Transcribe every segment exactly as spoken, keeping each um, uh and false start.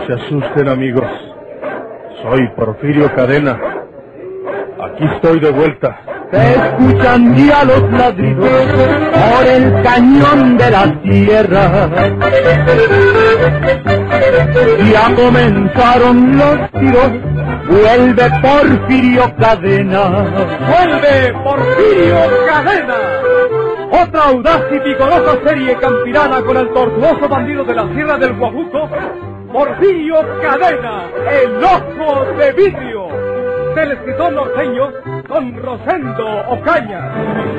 se asusten, amigos. Soy Porfirio Cadena. Aquí estoy de vuelta. Se escuchan ya los ladridos por el cañón de la tierra. Ya comenzaron los tiros. Vuelve Porfirio Cadena. ¡Vuelve Porfirio Cadena! Otra audaz y vigorosa serie campirana con el tortuoso bandido de la Sierra del Guajuco, Porfirio Cadena, el ojo de vidrio, del escritor norteño Don Rosendo Ocaña.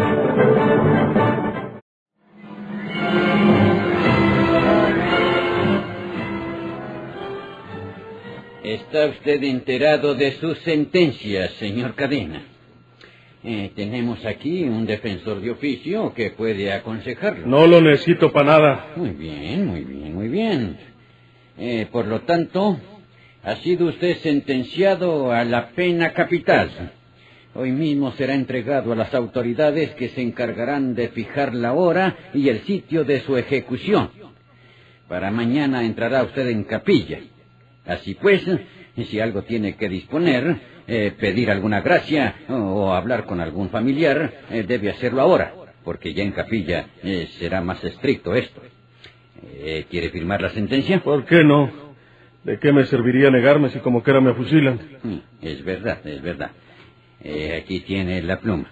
Está usted enterado de sus sentencias, señor Cadena. Eh, tenemos aquí un defensor de oficio que puede aconsejarlo. No lo necesito para nada. Muy bien, muy bien, muy bien. Eh, por lo tanto, ha sido usted sentenciado a la pena capital. Hoy mismo será entregado a las autoridades que se encargarán de fijar la hora y el sitio de su ejecución. Para mañana entrará usted en capilla. Así pues, si algo tiene que disponer, eh, pedir alguna gracia o, o hablar con algún familiar, eh, debe hacerlo ahora, porque ya en capilla eh, será más estricto esto. Eh, ¿Quiere firmar la sentencia? ¿Por qué no? ¿De qué me serviría negarme si como quiera me fusilan? Es verdad, es verdad. Eh, aquí tiene la pluma.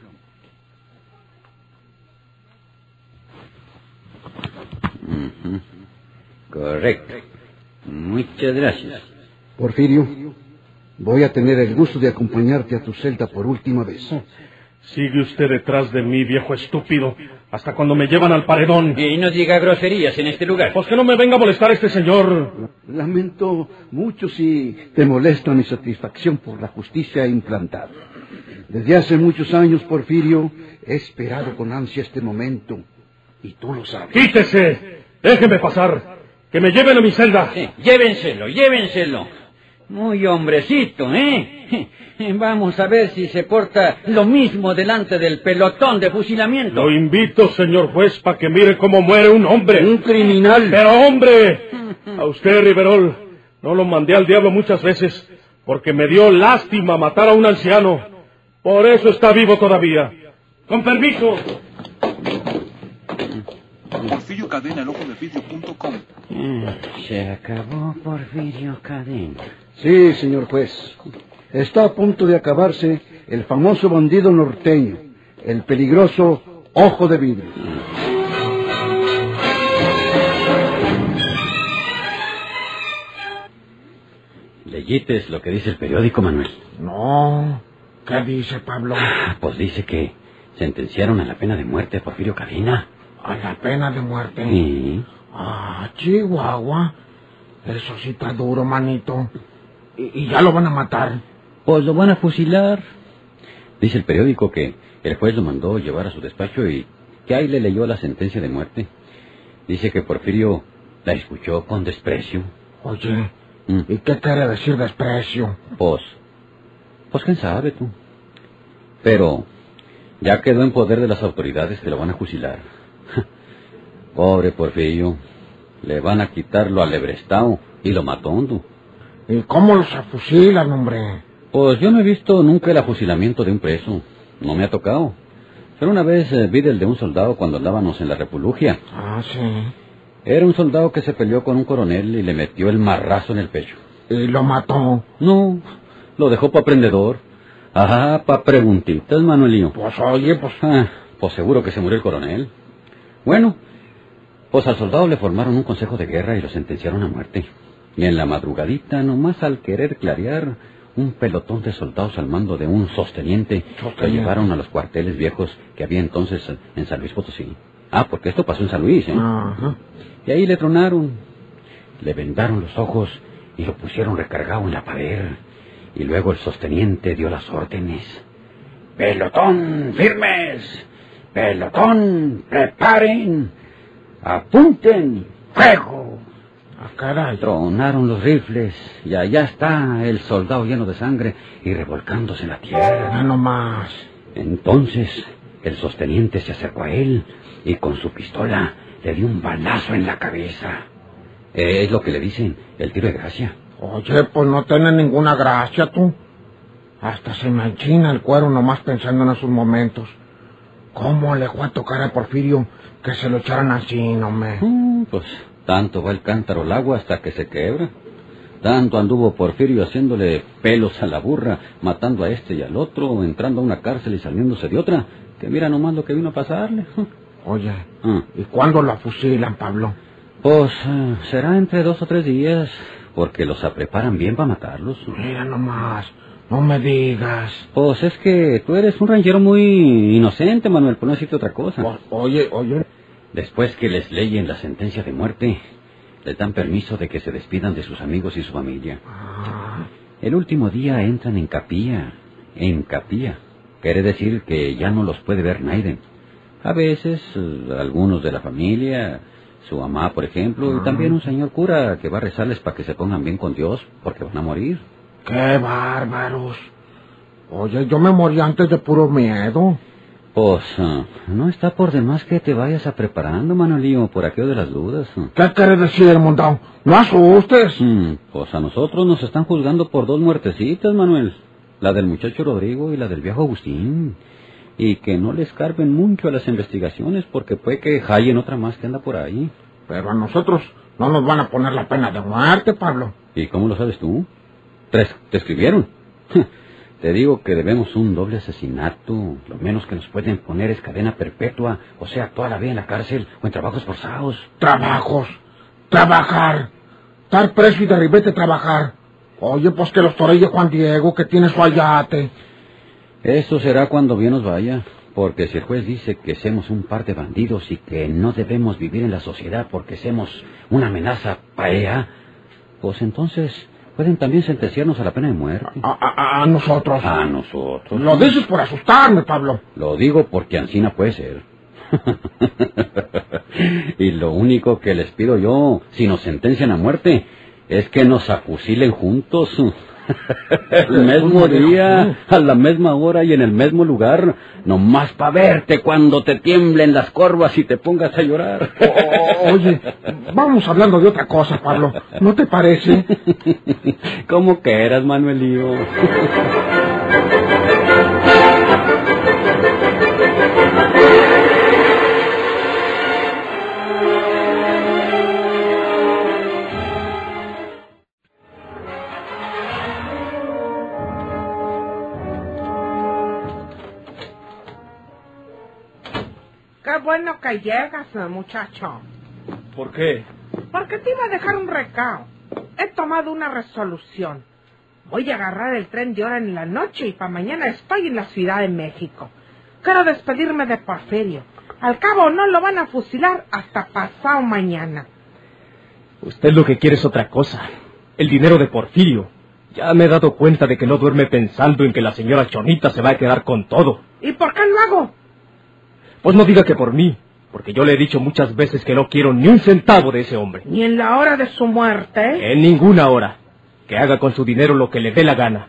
Uh-huh. Correcto. Muchas gracias. Porfirio, voy a tener el gusto de acompañarte a tu celda por última vez. Sigue usted detrás de mí, viejo estúpido, hasta cuando me llevan al paredón. Y no diga groserías en este lugar. Pues que no me venga a molestar este señor. Lamento mucho si te molesta mi satisfacción por la justicia implantada. Desde hace muchos años, Porfirio, he esperado con ansia este momento, y tú lo sabes. ¡Quítese! ¡Déjeme pasar! ¡Que me lleven a mi celda! Sí, llévenselo, llévenselo. Muy hombrecito, ¿eh? Vamos a ver si se porta lo mismo delante del pelotón de fusilamiento. Lo invito, señor juez, para que mire cómo muere un hombre. Un criminal. ¡Pero, hombre! A usted, Riverol, no lo mandé al diablo muchas veces, porque me dio lástima matar a un anciano. Por eso está vivo todavía. ¡Con permiso! Porfirio Cadena, el ojo de vidrio punto com. Se acabó Porfirio Cadena. Sí, señor juez. Está a punto de acabarse el famoso bandido norteño, el peligroso ojo de vidrio. ¿Leyites lo que dice el periódico, Manuel? No. ¿Qué dice, Pablo? Pues dice que sentenciaron a la pena de muerte a Porfirio Cadena. ¿A la pena de muerte? Sí. Ah, Chihuahua. Eso sí está duro, manito. ¿Y, y ya lo van a matar? Pues lo van a fusilar. Dice el periódico que el juez lo mandó llevar a su despacho y que ahí le leyó la sentencia de muerte. Dice que Porfirio la escuchó con desprecio. Oye, ¿Mm? ¿y qué quiere decir desprecio? Pues, pues quién sabe tú. Pero ya quedó en poder de las autoridades que lo van a fusilar. Pobre Porfirio, le van a quitar lo alebrestado y lo matón, tú. ¿Y cómo los afusilan, hombre? Pues yo no he visto nunca el afusilamiento de un preso. No me ha tocado. Pero una vez eh, vi del de un soldado cuando andábamos en la Repulugia. Ah, sí. Era un soldado que se peleó con un coronel y le metió el marrazo en el pecho. ¿Y lo mató? No, lo dejó pa' prendedor. Ajá, pa' preguntitas, Manuelío. Pues oye, pues... Ah, pues seguro que se murió el coronel. Bueno, pues al soldado le formaron un consejo de guerra y lo sentenciaron a muerte. Y en la madrugadita, nomás al querer clarear, un pelotón de soldados al mando de un sosteniente lo llevaron a los cuarteles viejos que había entonces en San Luis Potosí. Ah, porque esto pasó en San Luis, ¿eh? Ajá. Y ahí le tronaron, le vendaron los ojos y lo pusieron recargado en la pared. Y luego el sosteniente dio las órdenes. ¡Pelotón, firmes! ¡Pelotón, preparen! ¡Apunten! ¡Fuego! Ah, caray. Tronaron los rifles y allá está el soldado lleno de sangre y revolcándose en la tierra. Ya no más. Entonces el sosteniente se acercó a él y con su pistola le dio un balazo en la cabeza. Eh, es lo que le dicen el tiro de gracia. Oye, pues no tiene ninguna gracia, tú. Hasta se me enchina el cuero nomás pensando en esos momentos. ¿Cómo le fue a tocar a Porfirio que se lo echaran así, no me? Mm, pues tanto va el cántaro al agua hasta que se quebra. Tanto anduvo Porfirio haciéndole pelos a la burra, matando a este y al otro, entrando a una cárcel y saliéndose de otra, que mira nomás lo que vino a pasarle. Oye, Ah. ¿y cuándo lo fusilan, Pablo? Pues eh, será entre dos o tres días, porque los preparan bien para matarlos. Mira nomás, no me digas. Pues es que tú eres un ranchero muy inocente, Manuel, por no decirte otra cosa. O- oye, oye. Después que les leyen la sentencia de muerte, les dan permiso de que se despidan de sus amigos y su familia. Ah, El último día entran en capilla. En capilla. Quiere decir que ya no los puede ver nadie. A veces, eh, algunos de la familia, su mamá, por ejemplo, y también un señor cura que va a rezarles para que se pongan bien con Dios, porque van a morir. ¡qué bárbaros! Oye, yo me morí antes de puro miedo. Pues, eh, no está por demás que te vayas a preparando, Manolío, por aquello de las dudas. ¿Qué quiere decir, montón? ¡No asustes! Mm, pues a nosotros nos están juzgando por dos muertecitas, Manuel. La del muchacho Rodrigo y la del viejo Agustín. Y que no le escarben mucho a las investigaciones, porque puede que hallen otra más que anda por ahí. Pero a nosotros no nos van a poner la pena de muerte, Pablo. ¿Y cómo lo sabes tú? ¿Te, te escribieron? Te digo que debemos un doble asesinato. Lo menos que nos pueden poner es cadena perpetua, o sea, toda la vida en la cárcel o en trabajos forzados. Trabajos. Trabajar. Estar preso y de ribete trabajar. Oye, pues que los torelle Juan Diego, que tiene su ayate. Eso será cuando bien nos vaya, porque si el juez dice que somos un par de bandidos y que no debemos vivir en la sociedad porque somos una amenaza para ella, pues entonces pueden también sentenciarnos a la pena de muerte. A, a- a nosotros. A nosotros. Lo dices por asustarme, Pablo. Lo digo porque ansina puede ser. Y lo único que les pido yo, si nos sentencian a muerte, es que nos afusilen juntos. El mismo día, a la misma hora y en el mismo lugar, nomás para verte cuando te tiemblen las corvas y te pongas a llorar. O- oye, vamos hablando de otra cosa, Pablo. ¿No te parece? Como quieras, Manuelío. Qué bueno que llegas, eh, muchacho. ¿Por qué? Porque te iba a dejar un recado. He tomado una resolución. Voy a agarrar el tren de hora en la noche y para mañana estoy en la Ciudad de México. Quiero despedirme de Porfirio. Al cabo no lo van a fusilar hasta pasado mañana. Usted lo que quiere es otra cosa. El dinero de Porfirio. Ya me he dado cuenta de que no duerme pensando en que la señora Chonita se va a quedar con todo. ¿Y por qué lo hago? Pues no diga que por mí, porque yo le he dicho muchas veces que no quiero ni un centavo de ese hombre. Ni en la hora de su muerte. En ninguna hora. Que haga con su dinero lo que le dé la gana.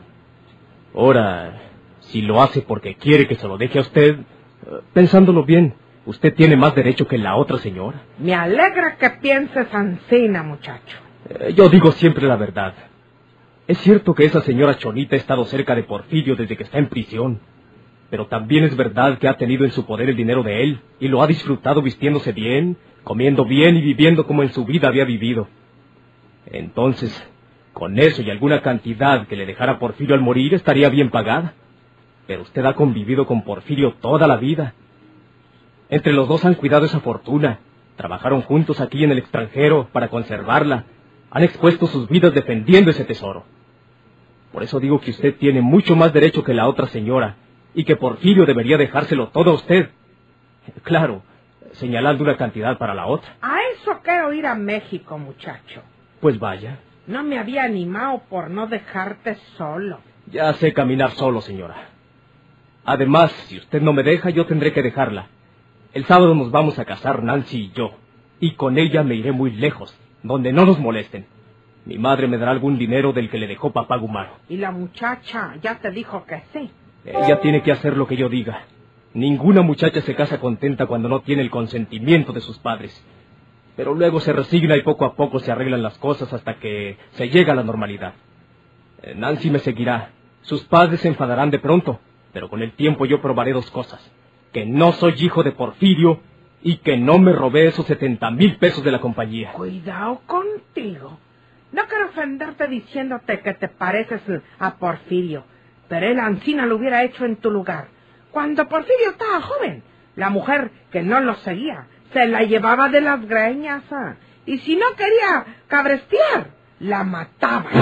Ahora, si lo hace porque quiere que se lo deje a usted, eh, pensándolo bien, usted tiene más derecho que la otra señora. Me alegra que pienses ansina, muchacho. Eh, yo digo siempre la verdad. Es cierto que esa señora Chonita ha estado cerca de Porfirio desde que está en prisión. Pero también es verdad que ha tenido en su poder el dinero de él, y lo ha disfrutado vistiéndose bien, comiendo bien y viviendo como en su vida había vivido. Entonces, con eso y alguna cantidad que le dejara Porfirio al morir, estaría bien pagada. Pero usted ha convivido con Porfirio toda la vida. Entre los dos han cuidado esa fortuna, trabajaron juntos aquí en el extranjero para conservarla, han expuesto sus vidas defendiendo ese tesoro. Por eso digo que usted tiene mucho más derecho que la otra señora, y que Porfirio debería dejárselo todo a usted. Claro, señalando una cantidad para la otra. A eso quiero ir a México, muchacho. Pues vaya. No me había animado por no dejarte solo. Ya sé caminar solo, señora. Además, si usted no me deja, yo tendré que dejarla. El sábado nos vamos a casar Nancy y yo, y con ella me iré muy lejos, donde no nos molesten. Mi madre me dará algún dinero del que le dejó papá Gumaro. Y la muchacha ya te dijo que sí. Ella tiene que hacer lo que yo diga. Ninguna muchacha se casa contenta cuando no tiene el consentimiento de sus padres. pero luego se resigna y poco a poco se arreglan las cosas hasta que se llega a la normalidad. Eh, Nancy me seguirá. Sus padres se enfadarán de pronto, pero con el tiempo yo probaré dos cosas: que no soy hijo de Porfirio y que no me robé esos setenta mil pesos de la compañía. Cuidado contigo. No quiero ofenderte diciéndote que te pareces a Porfirio, pero él ancina lo hubiera hecho en tu lugar. Cuando Porfirio estaba joven, la mujer que no lo seguía se la llevaba de las greñas, ¿eh? Y si no quería cabrestear, la mataba.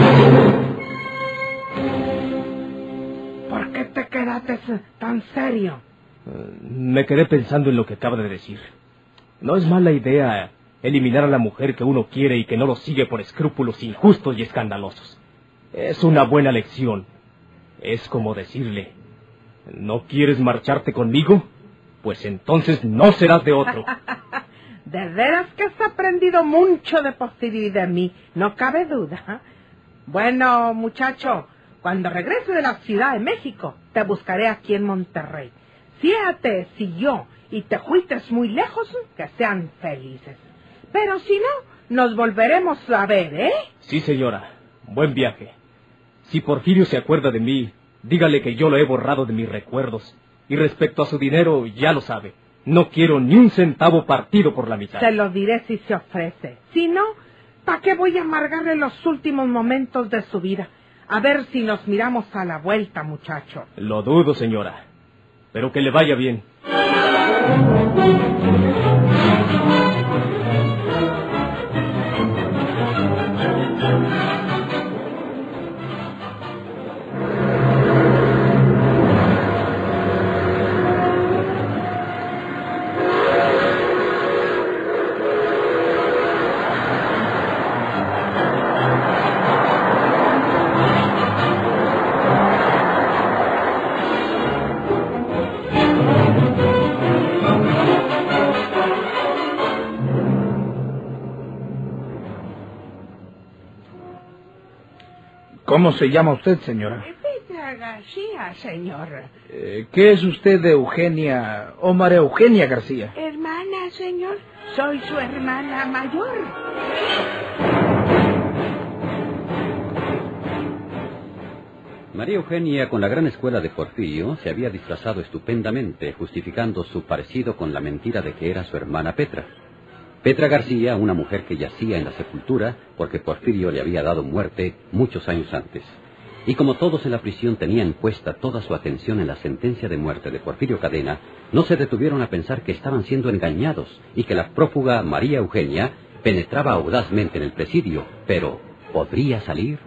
¿Por qué te quedaste tan serio? Uh, me quedé pensando en lo que acaba de decir. No es mala idea eliminar a la mujer que uno quiere y que no lo sigue por escrúpulos injustos y escandalosos. Es una buena lección. Es como decirle: ¿no quieres marcharte conmigo? Pues entonces no serás de otro. De veras que has aprendido mucho de Porfirio y de mí, no cabe duda. Bueno, muchacho, cuando regrese de la Ciudad de México, te buscaré aquí en Monterrey. Fíjate si yo y te fuites muy lejos, que sean felices. Pero si no, nos volveremos a ver, ¿eh? Sí, señora. Buen viaje. Si Porfirio se acuerda de mí, dígale que yo lo he borrado de mis recuerdos. Y respecto a su dinero, ya lo sabe. No quiero ni un centavo partido por la mitad. Se lo diré si se ofrece. Si no, ¿para qué voy a amargarle los últimos momentos de su vida? A ver si nos miramos a la vuelta, muchacho. Lo dudo, señora. Pero que le vaya bien. ¿Cómo se llama usted, señora? Petra García, señor. Eh, ¿Qué es usted de Eugenia o María Eugenia García? Hermana, señor. Soy su hermana mayor. María Eugenia, con la gran escuela de Porfirio, se había disfrazado estupendamente, justificando su parecido con la mentira de que era su hermana Petra. Petra García, una mujer que yacía en la sepultura porque Porfirio le había dado muerte muchos años antes. Y como todos en la prisión tenían puesta toda su atención en la sentencia de muerte de Porfirio Cadena, no se detuvieron a pensar que estaban siendo engañados y que la prófuga María Eugenia penetraba audazmente en el presidio, pero ¿podría salir?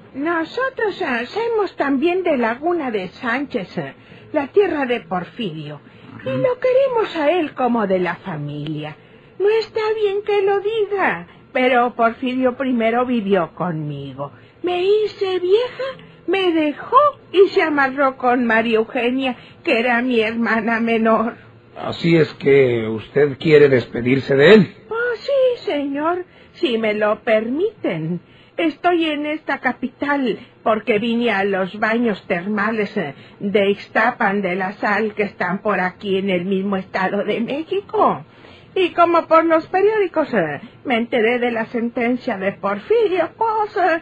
Nosotros uh, somos también de Laguna de Sánchez, uh, la tierra de Porfirio, y lo queremos a él como de la familia. No está bien que lo diga, pero Porfirio primero vivió conmigo. Me hice vieja, me dejó y se amarró con María Eugenia, que era mi hermana menor. Así es que usted quiere despedirse de él. Oh, sí, señor, si me lo permiten. Estoy en esta capital porque vine a los baños termales de Ixtapan de la Sal, que están por aquí en el mismo estado de México. Y como por los periódicos eh, me enteré de la sentencia de Porfirio, pues eh,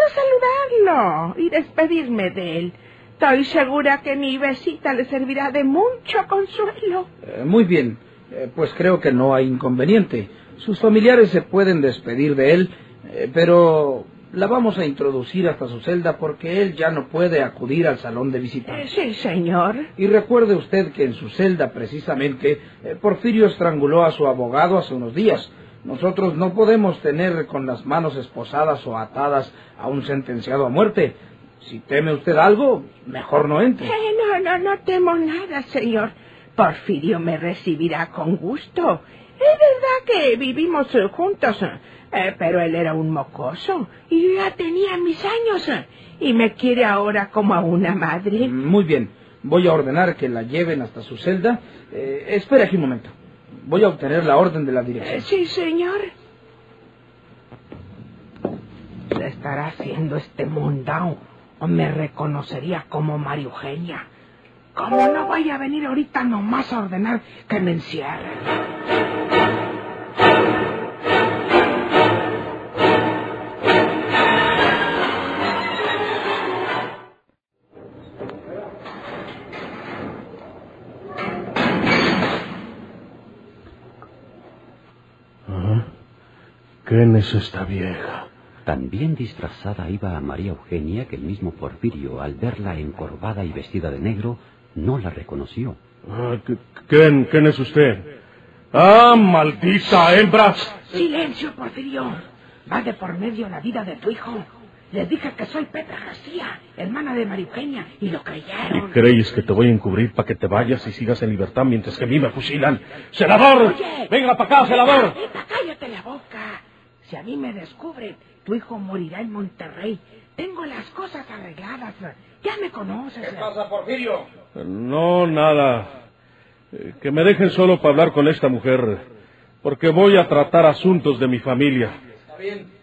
quiero saludarlo y despedirme de él. Estoy segura que mi besita le servirá de mucho consuelo. Eh, muy bien, eh, pues creo que no hay inconveniente. Sus familiares se pueden despedir de él, eh, pero la vamos a introducir hasta su celda porque él ya no puede acudir al salón de visitas. Eh, sí, señor. Y recuerde usted que en su celda, precisamente, eh, Porfirio estranguló a su abogado hace unos días. Nosotros no podemos tener con las manos esposadas o atadas a un sentenciado a muerte. Si teme usted algo, mejor no entre. Eh, no, no, no temo nada, señor. Porfirio me recibirá con gusto. Es verdad que vivimos eh, juntos, eh, pero él era un mocoso y yo ya tenía mis años eh, y me quiere ahora como a una madre. Muy bien, voy a ordenar que la lleven hasta su celda. Eh, espere aquí un momento. Voy a obtener la orden de la dirección. Eh, sí, señor. ¿Se estará haciendo este mundao o me reconocería como María Eugenia? Como no vaya a venir ahorita nomás a ordenar que me encierren. ¿Quién es esta vieja? También disfrazada iba a María Eugenia, que el mismo Porfirio, al verla encorvada y vestida de negro, no la reconoció. Ah, ¿quién, ¿Quién es usted? ¡Ah, maldita hembra! ¡Silencio, Porfirio! Va de por medio la vida de tu hijo. Les dije que soy Petra García, hermana de María Eugenia, y lo creyeron. ¿Y crees que te voy a encubrir para que te vayas y sigas en libertad mientras que a mí me fusilan? ¡Celador! Oye, ¡Venga para acá, celador! Cállate, cállate la boca. Si a mí me descubren, tu hijo morirá en Monterrey. Tengo las cosas arregladas. Ya me conoces. ¿Qué pasa, Porfirio? No, nada. Eh, que me dejen solo para hablar con esta mujer, porque voy a tratar asuntos de mi familia. Está bien.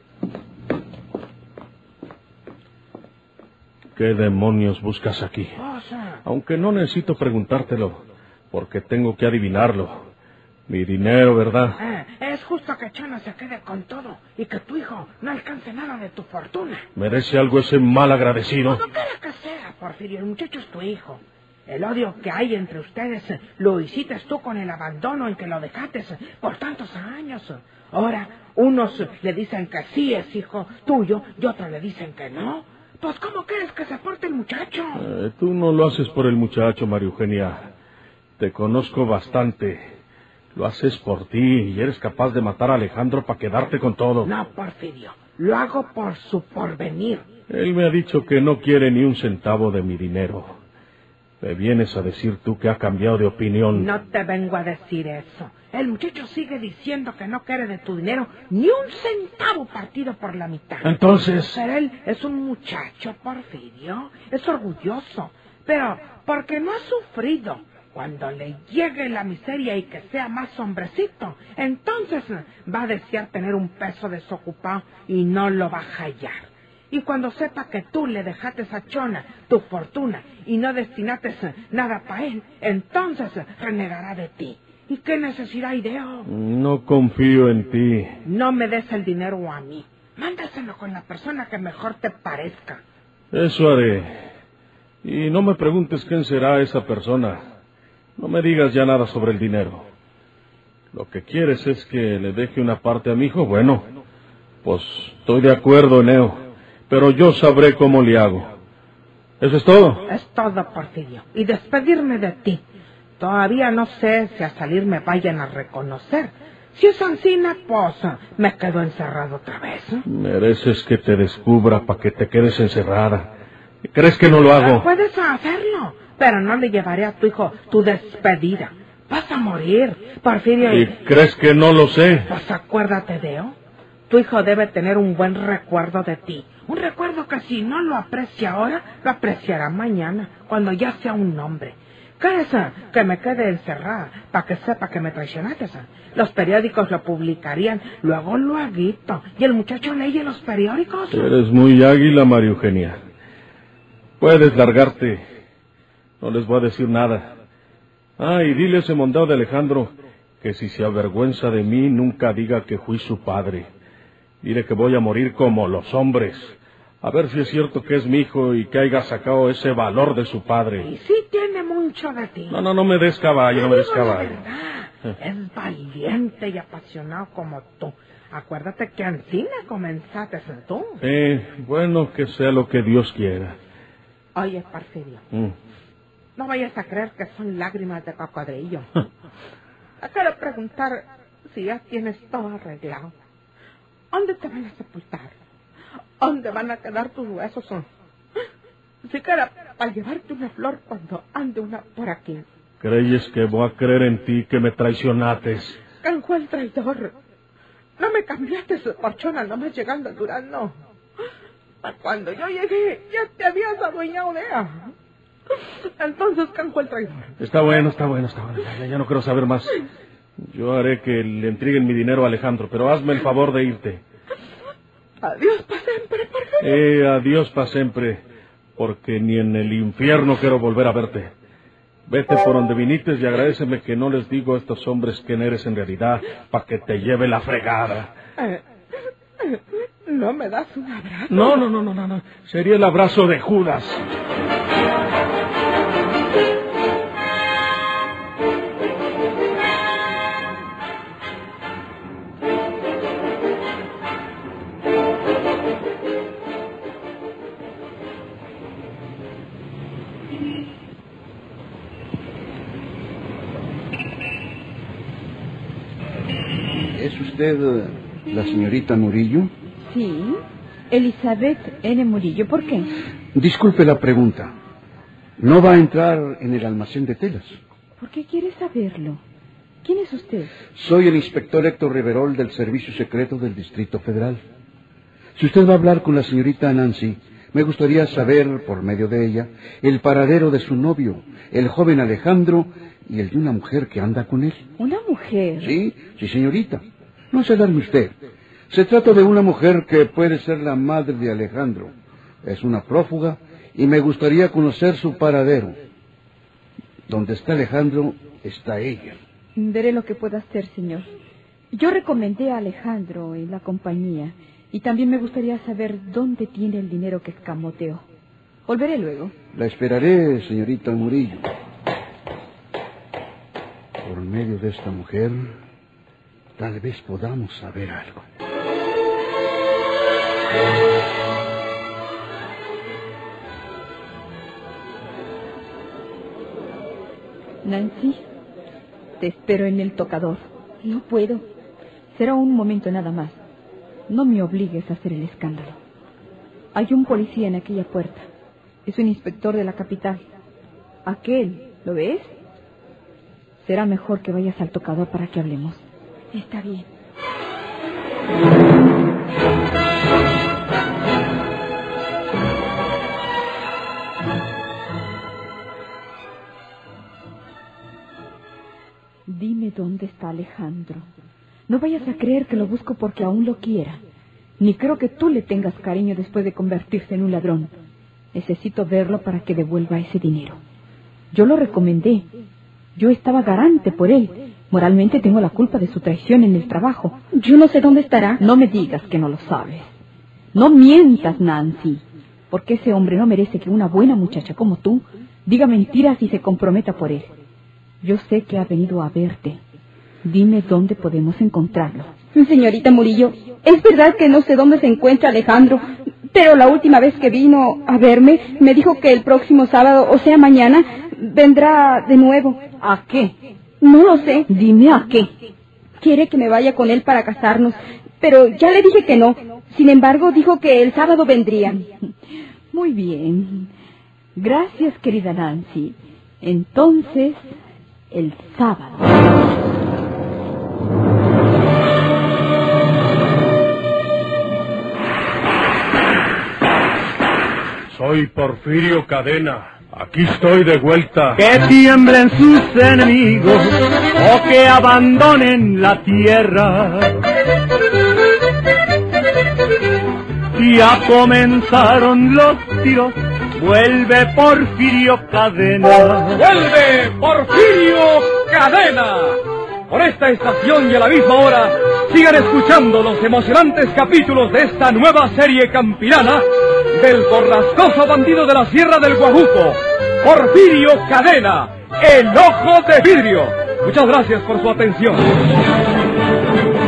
¿Qué demonios buscas aquí? Aunque no necesito preguntártelo, porque tengo que adivinarlo. Mi dinero, ¿verdad? Ah, es justo que Chona se quede con todo y que tu hijo no alcance nada de tu fortuna. ¿Merece algo ese mal agradecido? No quiera que sea, Porfirio, el muchacho es tu hijo. El odio que hay entre ustedes lo hiciste tú con el abandono en que lo dejaste por tantos años. Ahora, unos le dicen que sí es hijo tuyo y otros le dicen que no. Pues, ¿cómo quieres que se porte el muchacho? Eh, tú no lo haces por el muchacho, María Eugenia. Te conozco bastante. Lo haces por ti y eres capaz de matar a Alejandro para quedarte con todo. No, Porfirio. Lo hago por su porvenir. Él me ha dicho que no quiere ni un centavo de mi dinero. ¿Me vienes a decir tú que ha cambiado de opinión? No te vengo a decir eso. El muchacho sigue diciendo que no quiere de tu dinero ni un centavo partido por la mitad. Entonces... Pero él es un muchacho, Porfirio. Es orgulloso. Pero porque no ha sufrido. Cuando le llegue la miseria y que sea más hombrecito, entonces va a desear tener un peso desocupado y no lo va a hallar. Y cuando sepa que tú le dejaste a Chona tu fortuna y no destinaste nada para él, entonces renegará de ti. ¿Y qué necesidad hay de eso? No confío en ti. No me des el dinero a mí. Mándaselo con la persona que mejor te parezca. Eso haré. Y no me preguntes quién será esa persona. No me digas ya nada sobre el dinero. Lo que quieres es que le deje una parte a mi hijo. Bueno, pues estoy de acuerdo, Eneo. Pero yo sabré cómo le hago. ¿Eso es todo? Es todo, Porfirio. Y despedirme de ti. Todavía no sé si a salir me vayan a reconocer. Si es ansina, pues me quedo encerrado otra vez. Mereces que te descubra para que te quedes encerrada. ¿Crees que no lo hago? Puedes hacerlo, pero no le llevaré a tu hijo tu despedida. Vas a morir, Porfirio. ¿Y crees que no lo sé? Pues acuérdate de eso. Tu hijo debe tener un buen recuerdo de ti. Un recuerdo que si no lo aprecia ahora, lo apreciará mañana, cuando ya sea un hombre. ¿Quieres que me quede encerrada para que sepa que me traicionaste? Los periódicos lo publicarían, luego lo aguito. ¿Y el muchacho lee los periódicos? Eres muy águila, María Eugenia. Puedes largarte. No les voy a decir nada. Ah, y dile a ese mondado de Alejandro que si se avergüenza de mí, nunca diga que fui su padre. Dile que voy a morir como los hombres. A ver si es cierto que es mi hijo y que haya sacado ese valor de su padre. Y sí tiene mucho de ti. No, no, no me des caballo, no me des caballo. Es valiente y apasionado como tú. Acuérdate que ansí comenzaste tú. Sí, bueno, que sea lo que Dios quiera. Oye, Porfirio, mm. no vayas a creer que son lágrimas de cocodrilo. Quiero preguntar si ya tienes todo arreglado. ¿Dónde te van a sepultar? ¿Dónde van a quedar tus huesos? Siquiera para llevarte una flor cuando ande una por aquí. ¿Crees que voy a creer en ti que me traicionaste? ¿Quién fue el traidor? No me cambiaste por Chona nomás llegando al Durazno. Cuando yo llegué, ya te habías adueñado de ella. Entonces, ¿quién fue el traidor? Está bueno, está bueno, está bueno. Ya, ya no quiero saber más. Yo haré que le entreguen mi dinero a Alejandro, pero hazme el favor de irte. Adiós para siempre, Porfirio. Eh, adiós para siempre, porque ni en el infierno quiero volver a verte. Vete por donde viniste y agradéceme que no les digo a estos hombres quién eres en realidad, para que te lleve la fregada. Eh, eh, ¿No me das un abrazo? No, no, no, no, no, no. Sería el abrazo de Judas. ¿Es usted eh, la señorita Murillo? Sí, Elizabeth N. Murillo. ¿Por qué? Disculpe la pregunta. ¿No va a entrar en el almacén de telas? ¿Por qué quiere saberlo? ¿Quién es usted? Soy el inspector Héctor Riverol del Servicio Secreto del Distrito Federal. Si usted va a hablar con la señorita Nancy, me gustaría saber, por medio de ella, el paradero de su novio, el joven Alejandro, y el de una mujer que anda con él. ¿Una mujer? Sí, sí, señorita. No se alarme usted. Se trata de una mujer que puede ser la madre de Alejandro. Es una prófuga y me gustaría conocer su paradero. Donde está Alejandro, está ella. Veré lo que pueda hacer, señor. Yo recomendé a Alejandro en la compañía y también me gustaría saber dónde tiene el dinero que escamoteó. Volveré luego. La esperaré, señorita Murillo. Por medio de esta mujer, tal vez podamos saber algo. Nancy, te espero en el tocador. No puedo. Será un momento nada más. No me obligues a hacer el escándalo. Hay un policía en aquella puerta. Es un inspector de la capital. Aquel, ¿lo ves? Será mejor que vayas al tocador para que hablemos. Está bien. Dime dónde está Alejandro. No vayas a creer que lo busco porque aún lo quiera. Ni creo que tú le tengas cariño después de convertirse en un ladrón. Necesito verlo para que devuelva ese dinero. Yo lo recomendé. Yo estaba garante por él. Moralmente tengo la culpa de su traición en el trabajo. Yo no sé dónde estará. No me digas que no lo sabes. No mientas, Nancy. Porque ese hombre no merece que una buena muchacha como tú diga mentiras y se comprometa por él. Yo sé que ha venido a verte. Dime dónde podemos encontrarlo. Señorita Murillo, es verdad que no sé dónde se encuentra Alejandro, pero la última vez que vino a verme me dijo que el próximo sábado, o sea mañana, vendrá de nuevo. ¿A qué? No lo sé. Dime a qué. Quiere que me vaya con él para casarnos, pero ya le dije que no. Sin embargo, dijo que el sábado vendría. Muy bien. Gracias, querida Nancy. Entonces, el sábado. Soy Porfirio Cadena. Aquí estoy de vuelta. Que tiemblen sus enemigos o que abandonen la tierra. Ya comenzaron los tiros. Vuelve Porfirio Cadena. ¡Vuelve Porfirio Cadena! Por esta estación y a la misma hora, sigan escuchando los emocionantes capítulos de esta nueva serie campirana del borrascoso bandido de la Sierra del Guajuco, Porfirio Cadena, el ojo de vidrio. Muchas gracias por su atención.